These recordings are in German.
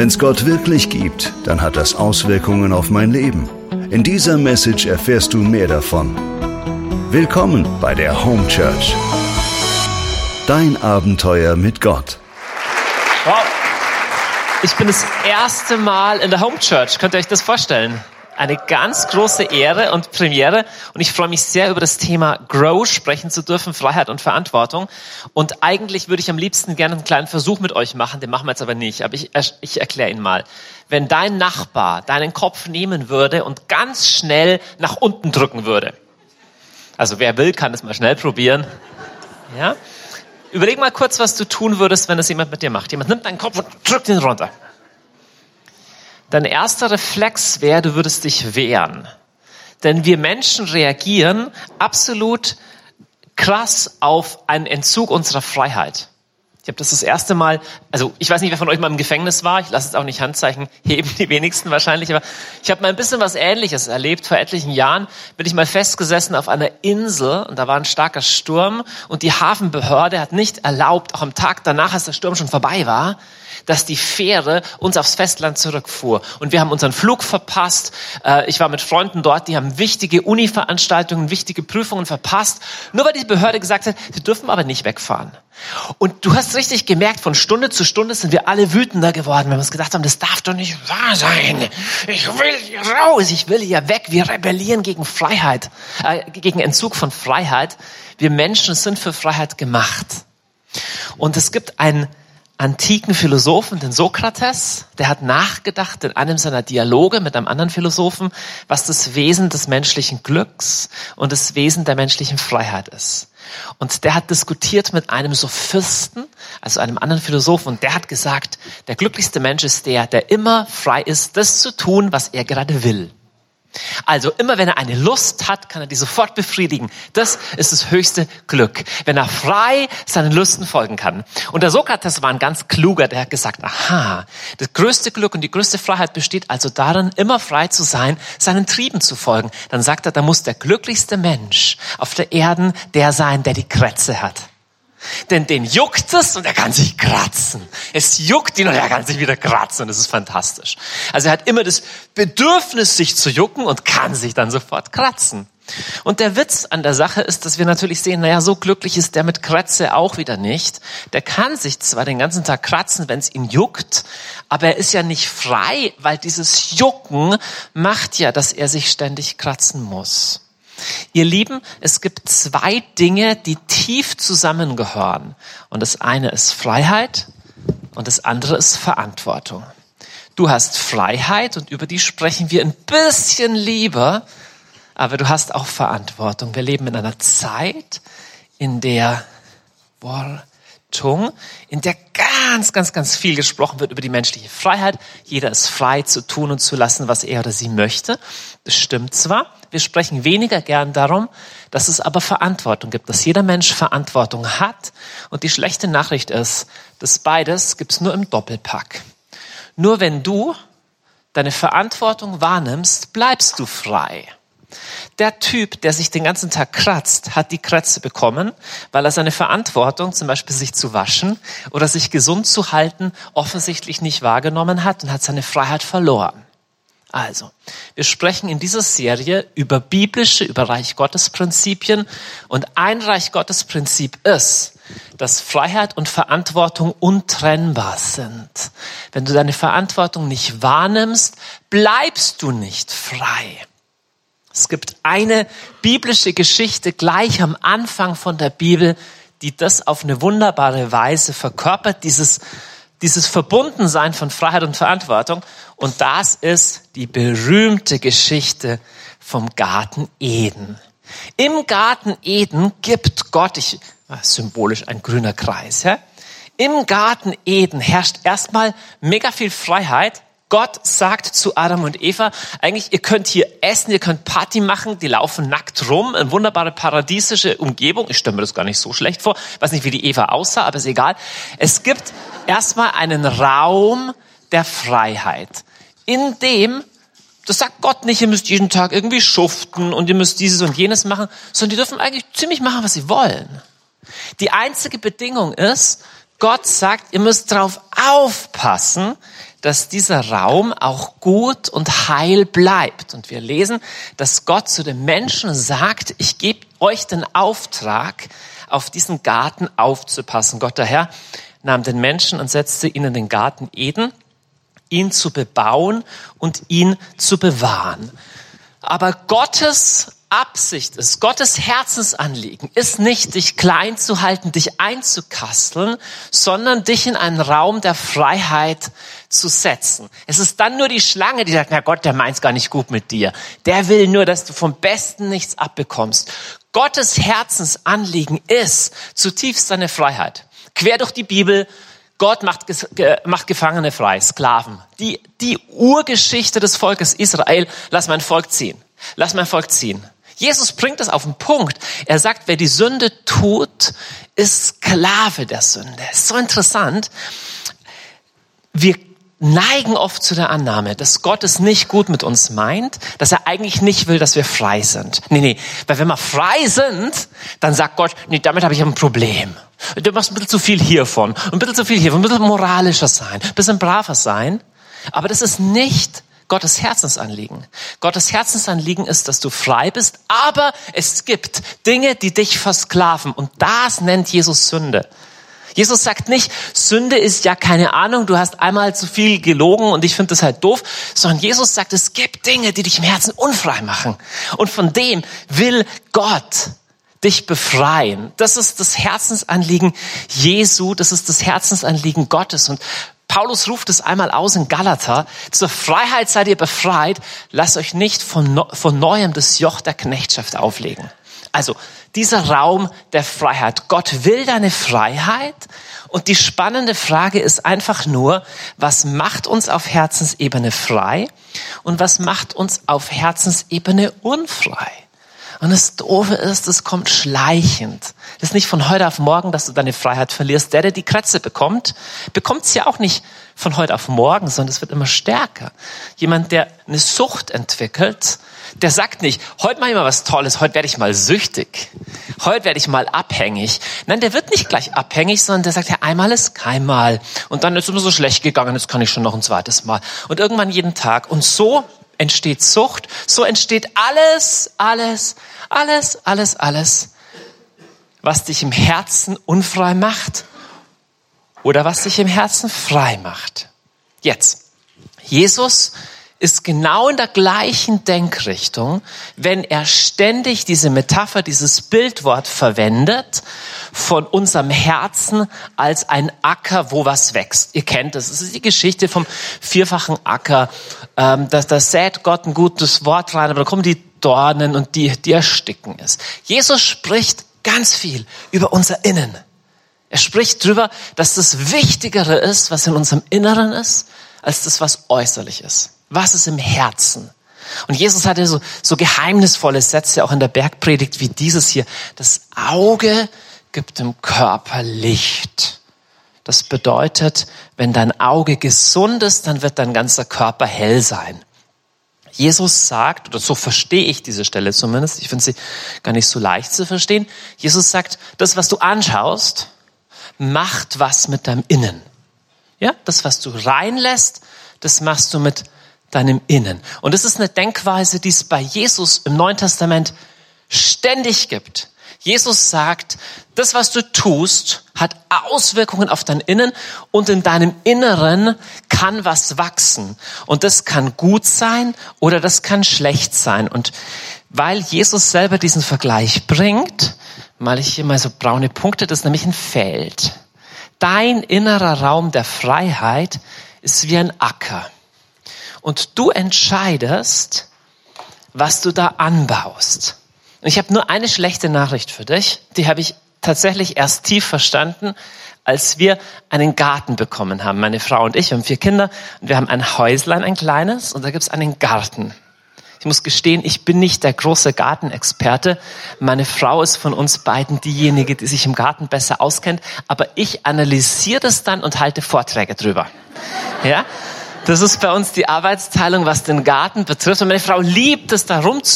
Wenn es Gott wirklich gibt, dann hat das Auswirkungen auf mein Leben. In dieser Message erfährst du mehr davon. Willkommen bei der Home Church. Dein Abenteuer mit Gott. Wow. Ich bin das erste Mal in der Home Church. Könnt ihr euch das vorstellen? Eine ganz große Ehre und Premiere. Und ich freue mich sehr, über das Thema Grow sprechen zu dürfen, Freiheit und Verantwortung. Und eigentlich würde ich am liebsten gerne einen kleinen Versuch mit euch machen. Den machen wir jetzt aber nicht. Aber ich erkläre ihn mal. Wenn dein Nachbar deinen Kopf nehmen würde und ganz schnell nach unten drücken würde. Also wer will, kann es mal schnell probieren. Ja? Überleg mal kurz, was du tun würdest, wenn das jemand mit dir macht. Jemand nimmt deinen Kopf und drückt ihn runter. Dein erster Reflex wäre, du würdest dich wehren. Denn wir Menschen reagieren absolut krass auf einen Entzug unserer Freiheit. Ich habe das erste Mal, also ich weiß nicht, wer von euch mal im Gefängnis war, ich lasse jetzt auch nicht Handzeichen heben, die wenigsten wahrscheinlich, aber ich habe mal ein bisschen was Ähnliches erlebt. Vor etlichen Jahren bin ich mal festgesessen auf einer Insel und da war ein starker Sturm und die Hafenbehörde hat nicht erlaubt, auch am Tag danach, als der Sturm schon vorbei war, dass die Fähre uns aufs Festland zurückfuhr. Und wir haben unseren Flug verpasst. Ich war mit Freunden dort, die haben wichtige Uni-Veranstaltungen, wichtige Prüfungen verpasst. Nur weil die Behörde gesagt hat, sie dürfen aber nicht wegfahren. Und du hast richtig gemerkt, von Stunde zu Stunde sind wir alle wütender geworden, wenn wir uns gedacht haben, das darf doch nicht wahr sein. Ich will hier raus, ich will hier weg. Wir rebellieren gegen Freiheit, gegen Entzug von Freiheit. Wir Menschen sind für Freiheit gemacht. Und es gibt einen antiken Philosophen, den Sokrates, der hat nachgedacht in einem seiner Dialoge mit einem anderen Philosophen, was das Wesen des menschlichen Glücks und das Wesen der menschlichen Freiheit ist. Und der hat diskutiert mit einem Sophisten, also einem anderen Philosophen, und der hat gesagt, der glücklichste Mensch ist der, der immer frei ist, das zu tun, was er gerade will. Also immer wenn er eine Lust hat, kann er die sofort befriedigen. Das ist das höchste Glück, wenn er frei seinen Lüsten folgen kann. Und der Sokrates war ein ganz kluger, der hat gesagt, aha, das größte Glück und die größte Freiheit besteht also darin, immer frei zu sein, seinen Trieben zu folgen. Dann sagt er, da muss der glücklichste Mensch auf der Erde der sein, der die Krätze hat. Denn den juckt es und er kann sich kratzen. Es juckt ihn und er kann sich wieder kratzen und das ist fantastisch. Also er hat immer das Bedürfnis, sich zu jucken und kann sich dann sofort kratzen. Und der Witz an der Sache ist, dass wir natürlich sehen, naja, so glücklich ist der mit Krätze auch wieder nicht. Der kann sich zwar den ganzen Tag kratzen, wenn es ihn juckt, aber er ist ja nicht frei, weil dieses Jucken macht ja, dass er sich ständig kratzen muss. Ihr Lieben, es gibt zwei Dinge, die tief zusammengehören. Und das eine ist Freiheit und das andere ist Verantwortung. Du hast Freiheit und über die sprechen wir ein bisschen lieber, aber du hast auch Verantwortung. Wir leben in einer Zeit, in der ganz viel gesprochen wird über die menschliche Freiheit. Jeder ist frei zu tun und zu lassen, was er oder sie möchte. Das stimmt zwar. Wir sprechen weniger gern darum, dass es aber Verantwortung gibt, dass jeder Mensch Verantwortung hat. Und die schlechte Nachricht ist, dass beides gibt's nur im Doppelpack. Nur wenn du deine Verantwortung wahrnimmst, bleibst du frei. Der Typ, der sich den ganzen Tag kratzt, hat die Krätze bekommen, weil er seine Verantwortung, zum Beispiel sich zu waschen oder sich gesund zu halten, offensichtlich nicht wahrgenommen hat und hat seine Freiheit verloren. Also, wir sprechen in dieser Serie über über Reich Gottes Prinzipien und ein Reich Gottes Prinzip ist, dass Freiheit und Verantwortung untrennbar sind. Wenn du deine Verantwortung nicht wahrnimmst, bleibst du nicht frei. Es gibt eine biblische Geschichte gleich am Anfang von der Bibel, die das auf eine wunderbare Weise verkörpert, dieses Verbundensein von Freiheit und Verantwortung. Und das ist die berühmte Geschichte vom Garten Eden. Im Garten Eden gibt Gott, symbolisch ein grüner Kreis, ja? Im Garten Eden herrscht erstmal mega viel Freiheit. Gott sagt zu Adam und Eva, eigentlich, ihr könnt hier essen, ihr könnt Party machen, die laufen nackt rum, eine wunderbare paradiesische Umgebung. Ich stelle mir das gar nicht so schlecht vor. Ich weiß nicht, wie die Eva aussah, aber ist egal. Es gibt erstmal einen Raum der Freiheit, in dem, das sagt Gott nicht, ihr müsst jeden Tag irgendwie schuften und ihr müsst dieses und jenes machen, sondern die dürfen eigentlich ziemlich machen, was sie wollen. Die einzige Bedingung ist, Gott sagt, ihr müsst darauf aufpassen, dass dieser Raum auch gut und heil bleibt. Und wir lesen, dass Gott zu den Menschen sagt, ich gebe euch den Auftrag, auf diesen Garten aufzupassen. Gott der Herr nahm den Menschen und setzte ihn in den Garten Eden, ihn zu bebauen und ihn zu bewahren. Aber Gottes Absicht ist, Gottes Herzensanliegen ist nicht, dich klein zu halten, dich einzukasteln, sondern dich in einen Raum der Freiheit zu setzen. Es ist dann nur die Schlange, die sagt, na Gott, der meint's gar nicht gut mit dir. Der will nur, dass du vom Besten nichts abbekommst. Gottes Herzensanliegen ist zutiefst deine Freiheit. Quer durch die Bibel, Gott macht Gefangene frei, Sklaven. Die Urgeschichte des Volkes Israel, lass mein Volk ziehen. Lass mein Volk ziehen. Jesus bringt das auf den Punkt. Er sagt, wer die Sünde tut, ist Sklave der Sünde. Das ist so interessant. Wir neigen oft zu der Annahme, dass Gott es nicht gut mit uns meint, dass er eigentlich nicht will, dass wir frei sind. Nee, weil wenn wir frei sind, dann sagt Gott, nee, damit habe ich ein Problem. Du machst ein bisschen zu viel hiervon, ein bisschen zu viel hiervon, ein bisschen moralischer sein, ein bisschen braver sein. Aber das ist nicht Gottes Herzensanliegen. Gottes Herzensanliegen ist, dass du frei bist, aber es gibt Dinge, die dich versklaven. Und das nennt Jesus Sünde. Jesus sagt nicht, Sünde ist ja keine Ahnung, du hast einmal zu viel gelogen und ich finde das halt doof, sondern Jesus sagt, es gibt Dinge, die dich im Herzen unfrei machen. Und von dem will Gott dich befreien. Das ist das Herzensanliegen Jesu, das ist das Herzensanliegen Gottes. Und Paulus ruft es einmal aus in Galater, zur Freiheit seid ihr befreit, lasst euch nicht von Neuem das Joch der Knechtschaft auflegen. Also dieser Raum der Freiheit. Gott will deine Freiheit und die spannende Frage ist einfach nur, was macht uns auf Herzensebene frei und was macht uns auf Herzensebene unfrei? Und das Doofe ist, es kommt schleichend. Das ist nicht von heute auf morgen, dass du deine Freiheit verlierst. Der die Krätze bekommt es ja auch nicht von heute auf morgen, sondern es wird immer stärker. Jemand, der eine Sucht entwickelt, der sagt nicht, heute mache ich mal was Tolles, heute werde ich mal süchtig, heute werde ich mal abhängig. Nein, der wird nicht gleich abhängig, sondern der sagt, ja, einmal ist kein Mal. Und dann ist es immer so schlecht gegangen, jetzt kann ich schon noch ein zweites Mal. Und irgendwann jeden Tag. Und so entsteht Sucht, so entsteht alles, was dich im Herzen unfrei macht oder was dich im Herzen frei macht. Jetzt, Jesus ist genau in der gleichen Denkrichtung, wenn er ständig diese Metapher, dieses Bildwort verwendet von unserem Herzen als ein Acker, wo was wächst. Ihr kennt das. Es ist die Geschichte vom vierfachen Acker. Da sät Gott ein gutes Wort rein, aber da kommen die Dornen und die ersticken es. Jesus spricht ganz viel über unser Innen. Er spricht darüber, dass das Wichtigere ist, was in unserem Inneren ist, als das, was äußerlich ist. Was ist im Herzen? Und Jesus hatte so geheimnisvolle Sätze auch in der Bergpredigt wie dieses hier. Das Auge gibt dem Körper Licht. Das bedeutet, wenn dein Auge gesund ist, dann wird dein ganzer Körper hell sein. Jesus sagt, oder so verstehe ich diese Stelle zumindest, ich finde sie gar nicht so leicht zu verstehen. Jesus sagt, das, was du anschaust, macht was mit deinem Innen. Ja, das, was du reinlässt, das machst du mit deinem Innen. Und das ist eine Denkweise, die es bei Jesus im Neuen Testament ständig gibt. Jesus sagt, das, was du tust, hat Auswirkungen auf dein Innen und in deinem Inneren kann was wachsen. Und das kann gut sein oder das kann schlecht sein. Und weil Jesus selber diesen Vergleich bringt, male ich hier mal so braune Punkte, das ist nämlich ein Feld. Dein innerer Raum der Freiheit ist wie ein Acker. Und du entscheidest, was du da anbaust. Und ich habe nur eine schlechte Nachricht für dich. Die habe ich tatsächlich erst tief verstanden, als wir einen Garten bekommen haben. Meine Frau und ich, wir haben 4 Kinder und wir haben ein Häuslein, ein kleines, und da gibt es einen Garten. Ich muss gestehen, ich bin nicht der große Gartenexperte. Meine Frau ist von uns beiden diejenige, die sich im Garten besser auskennt. Aber ich analysiere das dann und halte Vorträge drüber. Ja? Das ist bei uns die Arbeitsteilung, was den Garten betrifft. Und meine Frau liebt es, darum zu ackern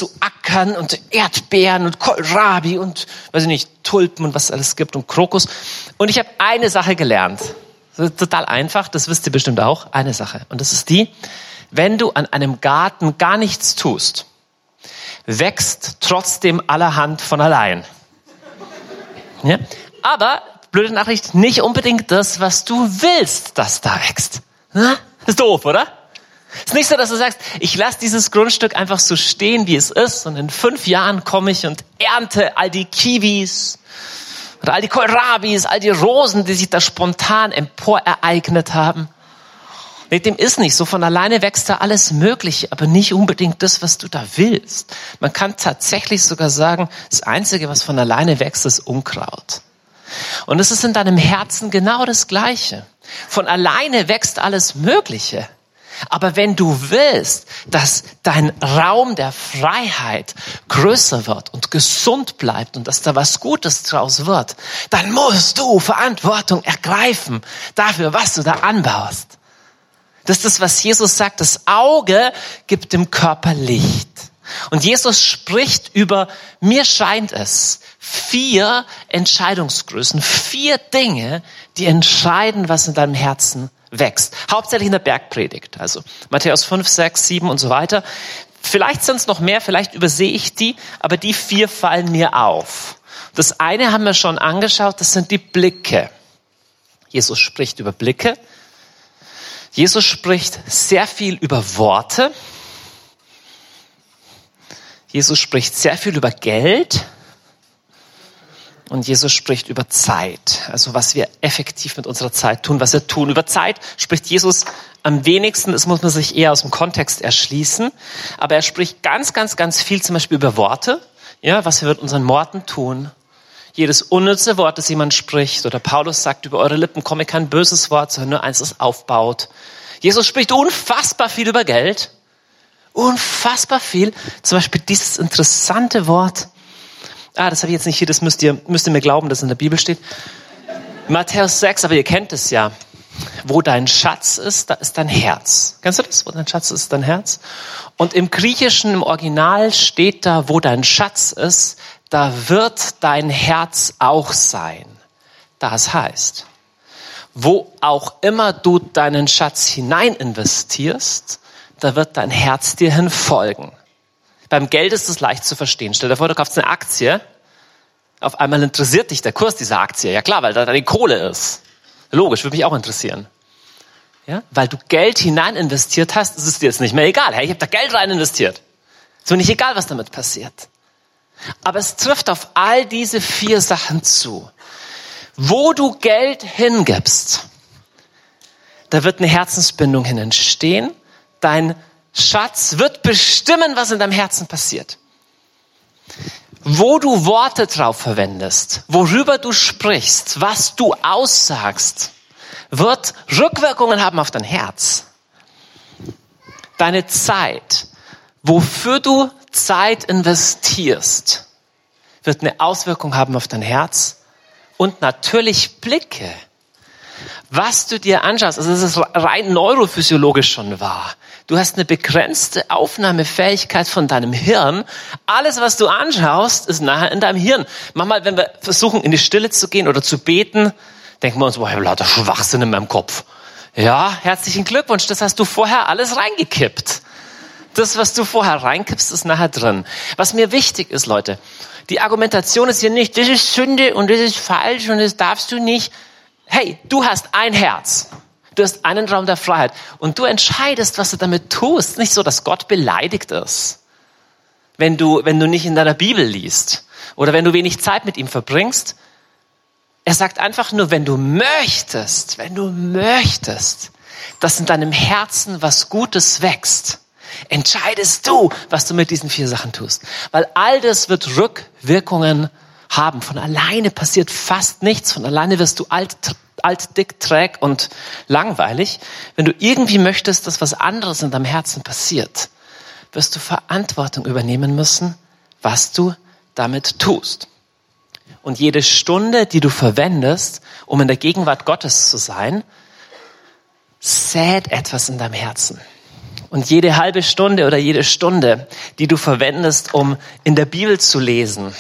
Ackern und Erdbeeren und Kohlrabi und, weiß ich nicht, Tulpen und was es alles gibt und Krokus. Und ich habe eine Sache gelernt. Total einfach, das wisst ihr bestimmt auch. Eine Sache. Und das ist die, wenn du an einem Garten gar nichts tust, wächst trotzdem allerhand von allein. Ja? Aber, blöde Nachricht, nicht unbedingt das, was du willst, dass da wächst. Na? Ist doof, oder? Ist nicht so, dass du sagst, ich lasse dieses Grundstück einfach so stehen, wie es ist, und in 5 Jahren komme ich und ernte all die Kiwis oder all die Kohlrabis, all die Rosen, die sich da spontan emporereignet haben. Nee, dem ist nicht so. Von alleine wächst da alles Mögliche, aber nicht unbedingt das, was du da willst. Man kann tatsächlich sogar sagen, das Einzige, was von alleine wächst, ist Unkraut. Und es ist in deinem Herzen genau das Gleiche. Von alleine wächst alles Mögliche. Aber wenn du willst, dass dein Raum der Freiheit größer wird und gesund bleibt und dass da was Gutes draus wird, dann musst du Verantwortung ergreifen dafür, was du da anbaust. Das ist das, was Jesus sagt. Das Auge gibt dem Körper Licht. Und Jesus spricht über, mir scheint es, 4 Entscheidungsgrößen, 4 Dinge, die entscheiden, was in deinem Herzen wächst. Hauptsächlich in der Bergpredigt. Also Matthäus 5, 6, 7 und so weiter. Vielleicht sind es noch mehr, vielleicht übersehe ich die, aber die 4 fallen mir auf. Das eine haben wir schon angeschaut, das sind die Blicke. Jesus spricht über Blicke. Jesus spricht sehr viel über Worte. Jesus spricht sehr viel über Geld. Und Jesus spricht über Zeit, also was wir effektiv mit unserer Zeit tun, was wir tun. Über Zeit spricht Jesus am wenigsten, das muss man sich eher aus dem Kontext erschließen. Aber er spricht ganz, ganz, ganz viel zum Beispiel über Worte, ja, was wir mit unseren Worten tun. Jedes unnütze Wort, das jemand spricht, oder Paulus sagt, über eure Lippen komme kein böses Wort, sondern nur eins, das aufbaut. Jesus spricht unfassbar viel über Geld. Unfassbar viel. Zum Beispiel dieses interessante Wort, das habe ich jetzt nicht hier, das müsst ihr mir glauben, dass es in der Bibel steht. Matthäus 6, aber ihr kennt es ja. Wo dein Schatz ist, da ist dein Herz. Kennst du das? Wo dein Schatz ist, dein Herz. Und im Griechischen, im Original steht da, wo dein Schatz ist, da wird dein Herz auch sein. Das heißt, wo auch immer du deinen Schatz hinein investierst, da wird dein Herz dir hin folgen. Beim Geld ist es leicht zu verstehen. Stell dir vor, du kaufst eine Aktie. Auf einmal interessiert dich der Kurs dieser Aktie. Ja klar, weil da deine Kohle ist. Logisch, würde mich auch interessieren. Ja? Weil du Geld hinein investiert hast, ist es dir jetzt nicht mehr egal. Hey, ich habe da Geld rein investiert. Ist mir nicht egal, was damit passiert. Aber es trifft auf all diese 4 Sachen zu. Wo du Geld hingibst, da wird eine Herzensbindung hin entstehen. Dein Schatz wird bestimmen, was in deinem Herzen passiert. Wo du Worte drauf verwendest, worüber du sprichst, was du aussagst, wird Rückwirkungen haben auf dein Herz. Deine Zeit, wofür du Zeit investierst, wird eine Auswirkung haben auf dein Herz. Und natürlich Blicke. Was du dir anschaust, also das ist rein neurophysiologisch schon wahr. Du hast eine begrenzte Aufnahmefähigkeit von deinem Hirn. Alles, was du anschaust, ist nachher in deinem Hirn. Manchmal, wenn wir versuchen, in die Stille zu gehen oder zu beten, denken wir uns, boah, ich habe lauter Schwachsinn in meinem Kopf. Ja, herzlichen Glückwunsch, das hast du vorher alles reingekippt. Das, was du vorher reinkippst, ist nachher drin. Was mir wichtig ist, Leute, die Argumentation ist hier nicht, das ist Sünde und das ist falsch und das darfst du nicht. Hey, du hast ein Herz. Du hast einen Raum der Freiheit. Und du entscheidest, was du damit tust. Nicht so, dass Gott beleidigt ist, wenn du nicht in deiner Bibel liest oder wenn du wenig Zeit mit ihm verbringst. Er sagt einfach nur, wenn du möchtest, dass in deinem Herzen was Gutes wächst, entscheidest du, was du mit diesen 4 Sachen tust. Weil all das wird Rückwirkungen haben. Von alleine passiert fast nichts. Von alleine wirst du alt, dick, träg und langweilig. Wenn du irgendwie möchtest, dass was anderes in deinem Herzen passiert, wirst du Verantwortung übernehmen müssen, was du damit tust. Und jede Stunde, die du verwendest, um in der Gegenwart Gottes zu sein, sät etwas in deinem Herzen. Und jede halbe Stunde oder jede Stunde, die du verwendest, um in der Bibel zu lesen,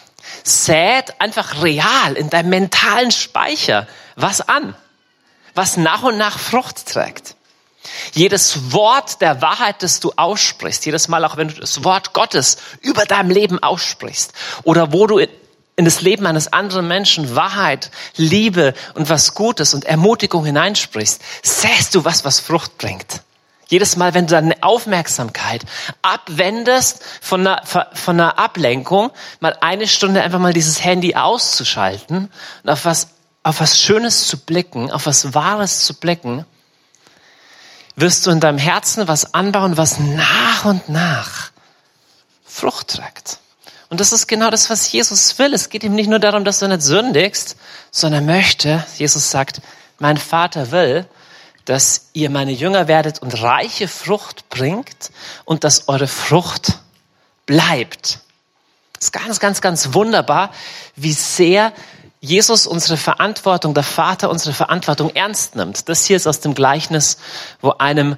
sät einfach real in deinem mentalen Speicher was an, was nach und nach Frucht trägt. Jedes Wort der Wahrheit, das du aussprichst, jedes Mal auch wenn du das Wort Gottes über deinem Leben aussprichst oder wo du in das Leben eines anderen Menschen Wahrheit, Liebe und was Gutes und Ermutigung hineinsprichst, säst du was Frucht bringt. Jedes Mal, wenn du deine Aufmerksamkeit abwendest von einer Ablenkung, mal eine Stunde einfach mal dieses Handy auszuschalten und auf was Schönes zu blicken, auf was Wahres zu blicken, wirst du in deinem Herzen was anbauen, was nach und nach Frucht trägt. Und das ist genau das, was Jesus will. Es geht ihm nicht nur darum, dass du nicht sündigst, sondern er möchte, Jesus sagt, mein Vater will, dass ihr meine Jünger werdet und reiche Frucht bringt und dass eure Frucht bleibt. Das ist ganz, ganz, ganz wunderbar, wie sehr Jesus unsere Verantwortung, der Vater unsere Verantwortung ernst nimmt. Das hier ist aus dem Gleichnis, wo einem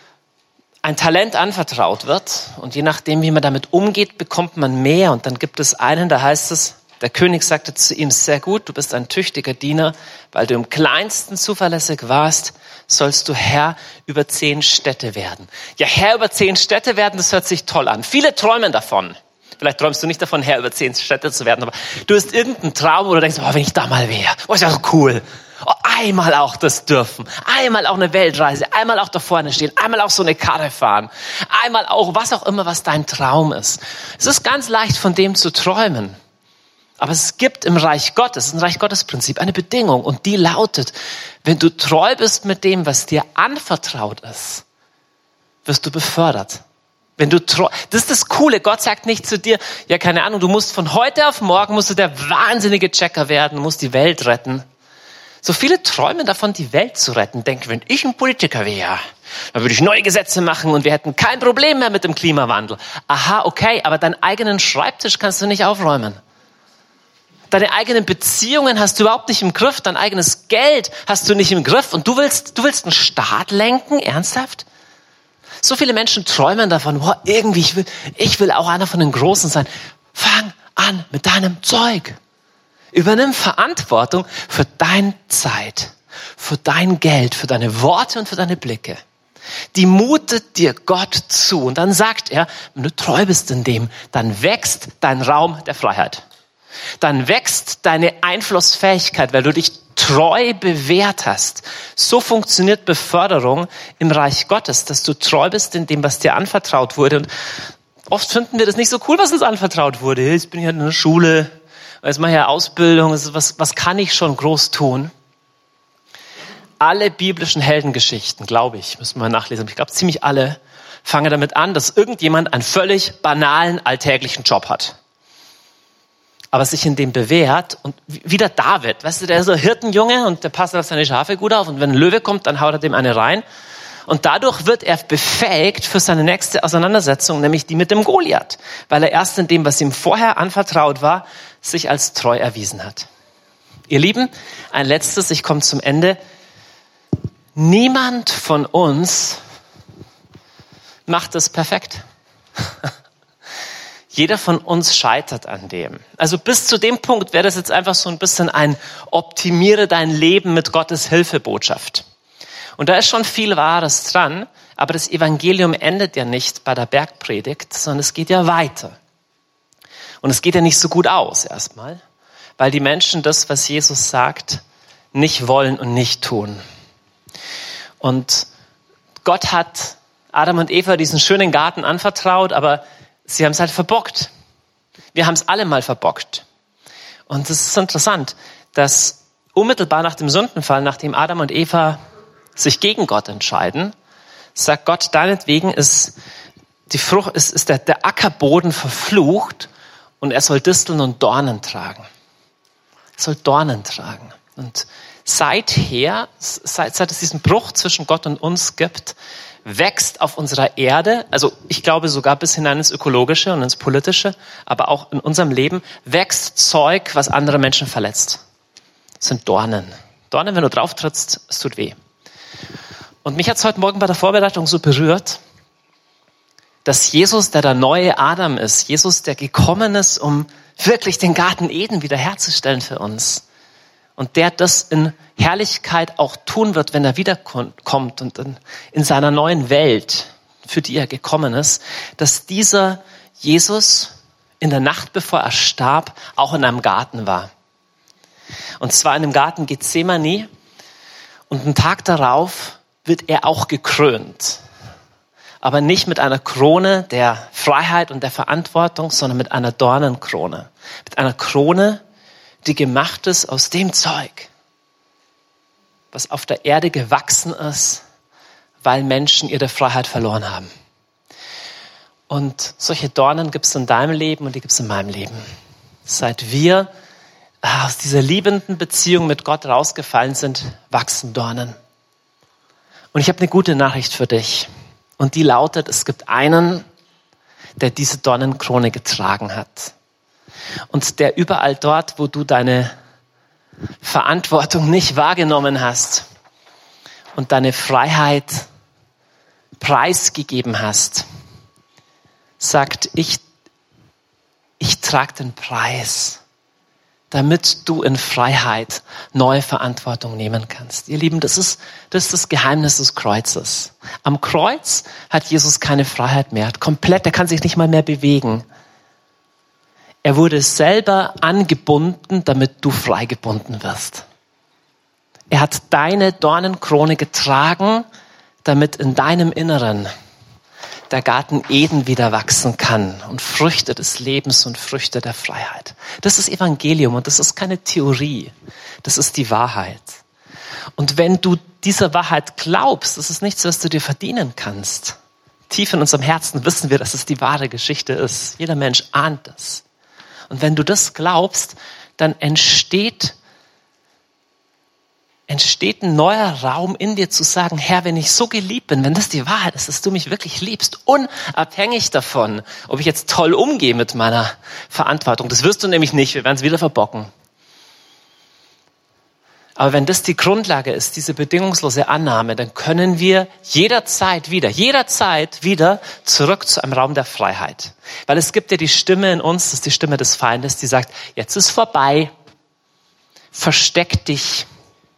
ein Talent anvertraut wird und je nachdem, wie man damit umgeht, bekommt man mehr. Und dann gibt es einen, da heißt es, der König sagte zu ihm, sehr gut, du bist ein tüchtiger Diener, weil du im Kleinsten zuverlässig warst, sollst du Herr über 10 Städte werden. Ja, Herr über 10 Städte werden, das hört sich toll an. Viele träumen davon. Vielleicht träumst du nicht davon, Herr über 10 Städte zu werden, aber du hast irgendeinen Traum, wo du denkst, wenn ich da mal wäre, ist ja so cool. Oh, einmal auch das dürfen, einmal auch eine Weltreise, einmal auch da vorne stehen, einmal auch so eine Karre fahren, einmal auch was auch immer, was dein Traum ist. Es ist ganz leicht, von dem zu träumen. Aber es gibt im Reich Gottes, ein Reich Gottes Prinzip, eine Bedingung und die lautet, wenn du treu bist mit dem, was dir anvertraut ist, wirst du befördert. Wenn du treu, das ist das Coole, Gott sagt nicht zu dir, ja keine Ahnung, du musst von heute auf morgen, musst du der wahnsinnige Checker werden, musst die Welt retten. So viele träumen davon, die Welt zu retten, denken, wenn ich ein Politiker wäre, dann würde ich neue Gesetze machen und wir hätten kein Problem mehr mit dem Klimawandel. Aha, okay, aber deinen eigenen Schreibtisch kannst du nicht aufräumen. Deine eigenen Beziehungen hast du überhaupt nicht im Griff, dein eigenes Geld hast du nicht im Griff und du willst einen Staat lenken, ernsthaft? So viele Menschen träumen davon, boah, irgendwie, ich will auch einer von den Großen sein. Fang an mit deinem Zeug. Übernimm Verantwortung für deine Zeit, für dein Geld, für deine Worte und für deine Blicke. Die mutet dir Gott zu. Und dann sagt er, wenn du treu bist in dem, dann wächst dein Raum der Freiheit. Dann wächst deine Einflussfähigkeit, weil du dich treu bewährt hast. So funktioniert Beförderung im Reich Gottes, dass du treu bist in dem, was dir anvertraut wurde. Und oft finden wir das nicht so cool, was uns anvertraut wurde. Jetzt bin ich halt in der Schule, jetzt mache ich ja Ausbildung, was kann ich schon groß tun? Alle biblischen Heldengeschichten, glaube ich, müssen wir nachlesen. Ich glaube, ziemlich alle fangen damit an, dass irgendjemand einen völlig banalen, alltäglichen Job hat. Aber sich in dem bewährt und wie der David, weißt du, der ist so ein Hirtenjunge und der passt auf seine Schafe gut auf und wenn ein Löwe kommt, dann haut er dem eine rein. Und dadurch wird er befähigt für seine nächste Auseinandersetzung, nämlich die mit dem Goliath, weil er erst in dem, was ihm vorher anvertraut war, sich als treu erwiesen hat. Ihr Lieben, ein letztes, ich komme zum Ende. Niemand von uns macht es perfekt. Jeder von uns scheitert an dem. Also bis zu dem Punkt wäre das jetzt einfach so ein bisschen ein optimiere dein Leben mit Gottes Hilfebotschaft. Und da ist schon viel Wahres dran, aber das Evangelium endet ja nicht bei der Bergpredigt, sondern es geht ja weiter. Und es geht ja nicht so gut aus erstmal, weil die Menschen das, was Jesus sagt, nicht wollen und nicht tun. Und Gott hat Adam und Eva diesen schönen Garten anvertraut, aber sie haben es halt verbockt. Wir haben es alle mal verbockt. Und es ist interessant, dass unmittelbar nach dem Sündenfall, nachdem Adam und Eva sich gegen Gott entscheiden, sagt Gott, deinetwegen ist die Frucht, ist der Ackerboden verflucht und er soll Disteln und Dornen tragen. Er soll Dornen tragen. Und seither, seit es diesen Bruch zwischen Gott und uns gibt, wächst auf unserer Erde, also ich glaube sogar bis hinein ins Ökologische und ins Politische, aber auch in unserem Leben, wächst Zeug, was andere Menschen verletzt. Das sind Dornen. Dornen, wenn du drauf trittst, es tut weh. Und mich hat es heute Morgen bei der Vorbereitung so berührt, dass Jesus, der neue Adam ist, Jesus, der gekommen ist, um wirklich den Garten Eden wiederherzustellen für uns. Und der das in Herrlichkeit auch tun wird, wenn er wiederkommt und in seiner neuen Welt, für die er gekommen ist, dass dieser Jesus in der Nacht, bevor er starb, auch in einem Garten war. Und zwar in dem Garten Gethsemane. Und einen Tag darauf wird er auch gekrönt. Aber nicht mit einer Krone der Freiheit und der Verantwortung, sondern mit einer Dornenkrone. Mit einer Krone, die gemacht ist aus dem Zeug, was auf der Erde gewachsen ist, weil Menschen ihre Freiheit verloren haben. Und solche Dornen gibt es in deinem Leben und die gibt es in meinem Leben. Seit wir aus dieser liebenden Beziehung mit Gott rausgefallen sind, wachsen Dornen. Und ich habe eine gute Nachricht für dich. Und die lautet, es gibt einen, der diese Dornenkrone getragen hat. Und der überall dort, wo du deine Verantwortung nicht wahrgenommen hast und deine Freiheit preisgegeben hast, sagt, ich trage den Preis, damit du in Freiheit neue Verantwortung nehmen kannst. Ihr Lieben, das ist das Geheimnis des Kreuzes. Am Kreuz hat Jesus keine Freiheit mehr, komplett, er kann sich nicht mal mehr bewegen. Er wurde selber angebunden, damit du frei gebunden wirst. Er hat deine Dornenkrone getragen, damit in deinem Inneren der Garten Eden wieder wachsen kann und Früchte des Lebens und Früchte der Freiheit. Das ist Evangelium und das ist keine Theorie. Das ist die Wahrheit. Und wenn du dieser Wahrheit glaubst, das ist nichts, was du dir verdienen kannst. Tief in unserem Herzen wissen wir, dass es die wahre Geschichte ist. Jeder Mensch ahnt das. Und wenn du das glaubst, dann entsteht ein neuer Raum in dir zu sagen, Herr, wenn ich so geliebt bin, wenn das die Wahrheit ist, dass du mich wirklich liebst, unabhängig davon, ob ich jetzt toll umgehe mit meiner Verantwortung. Das wirst du nämlich nicht, wir werden es wieder verbocken. Aber wenn das die Grundlage ist, diese bedingungslose Annahme, dann können wir jederzeit wieder zurück zu einem Raum der Freiheit. Weil es gibt ja die Stimme in uns, das ist die Stimme des Feindes, die sagt, jetzt ist vorbei, versteck dich.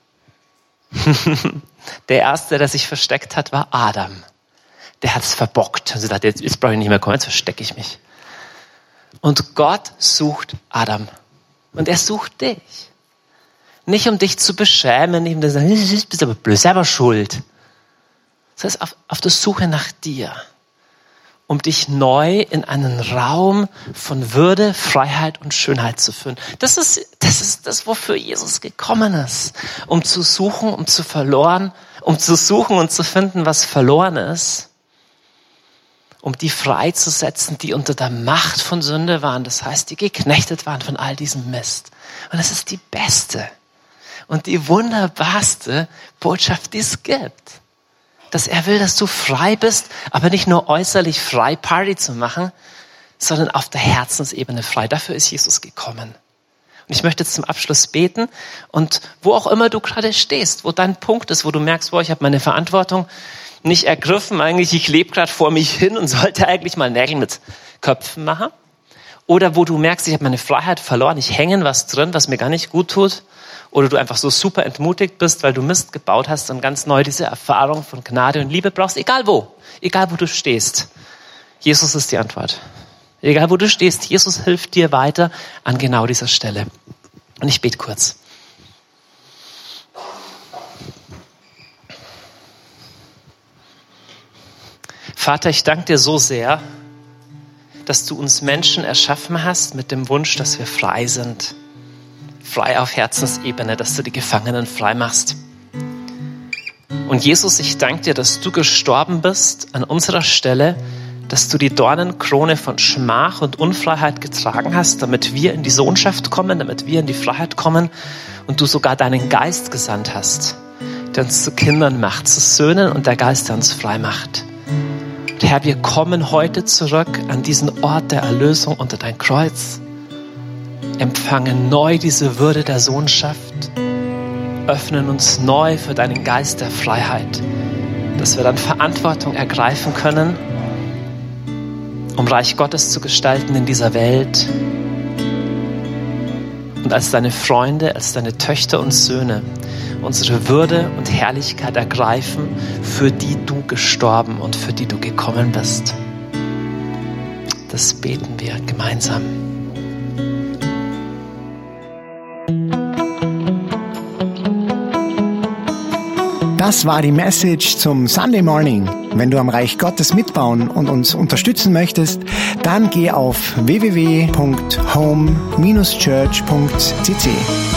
Der Erste, der sich versteckt hat, war Adam. Der hat es verbockt. Also dachte, jetzt brauche ich nicht mehr kommen, jetzt verstecke ich mich. Und Gott sucht Adam. Und er sucht dich. Nicht um dich zu beschämen, nicht um zu sagen, du bist aber blöd, selber schuld. Das heißt, auf der Suche nach dir. Um dich neu in einen Raum von Würde, Freiheit und Schönheit zu führen. Das ist das, wofür Jesus gekommen ist. Um zu suchen, um zu suchen und zu finden, was verloren ist. Um die freizusetzen, die unter der Macht von Sünde waren. Das heißt, die geknechtet waren von all diesem Mist. Und das ist die beste und die wunderbarste Botschaft, die es gibt. Dass er will, dass du frei bist, aber nicht nur äußerlich frei, Party zu machen, sondern auf der Herzensebene frei. Dafür ist Jesus gekommen. Und ich möchte jetzt zum Abschluss beten und wo auch immer du gerade stehst, wo dein Punkt ist, wo du merkst, ich habe meine Verantwortung nicht ergriffen, eigentlich ich lebe gerade vor mich hin und sollte eigentlich mal Nägel mit Köpfen machen. Oder wo du merkst, ich habe meine Freiheit verloren, ich hänge in was drin, was mir gar nicht gut tut. Oder du einfach so super entmutigt bist, weil du Mist gebaut hast und ganz neu diese Erfahrung von Gnade und Liebe brauchst, egal wo du stehst. Jesus ist die Antwort. Egal wo du stehst, Jesus hilft dir weiter an genau dieser Stelle. Und ich bete kurz. Vater, ich danke dir so sehr, dass du uns Menschen erschaffen hast mit dem Wunsch, dass wir frei sind. Frei auf Herzensebene, dass du die Gefangenen frei machst. Und Jesus, ich danke dir, dass du gestorben bist an unserer Stelle, dass du die Dornenkrone von Schmach und Unfreiheit getragen hast, damit wir in die Sohnschaft kommen, damit wir in die Freiheit kommen und du sogar deinen Geist gesandt hast, der uns zu Kindern macht, zu Söhnen und der Geist, der uns frei macht. Und Herr, wir kommen heute zurück an diesen Ort der Erlösung unter dein Kreuz. Empfangen neu diese Würde der Sohnschaft, öffnen uns neu für deinen Geist der Freiheit, dass wir dann Verantwortung ergreifen können um Reich Gottes zu gestalten in dieser Welt und als deine Freunde, als deine Töchter und Söhne unsere Würde und Herrlichkeit ergreifen, für die du gestorben und für die du gekommen bist. Das beten wir gemeinsam. Das war die Message zum Sunday Morning. Wenn du am Reich Gottes mitbauen und uns unterstützen möchtest, dann geh auf www.home-church.cc.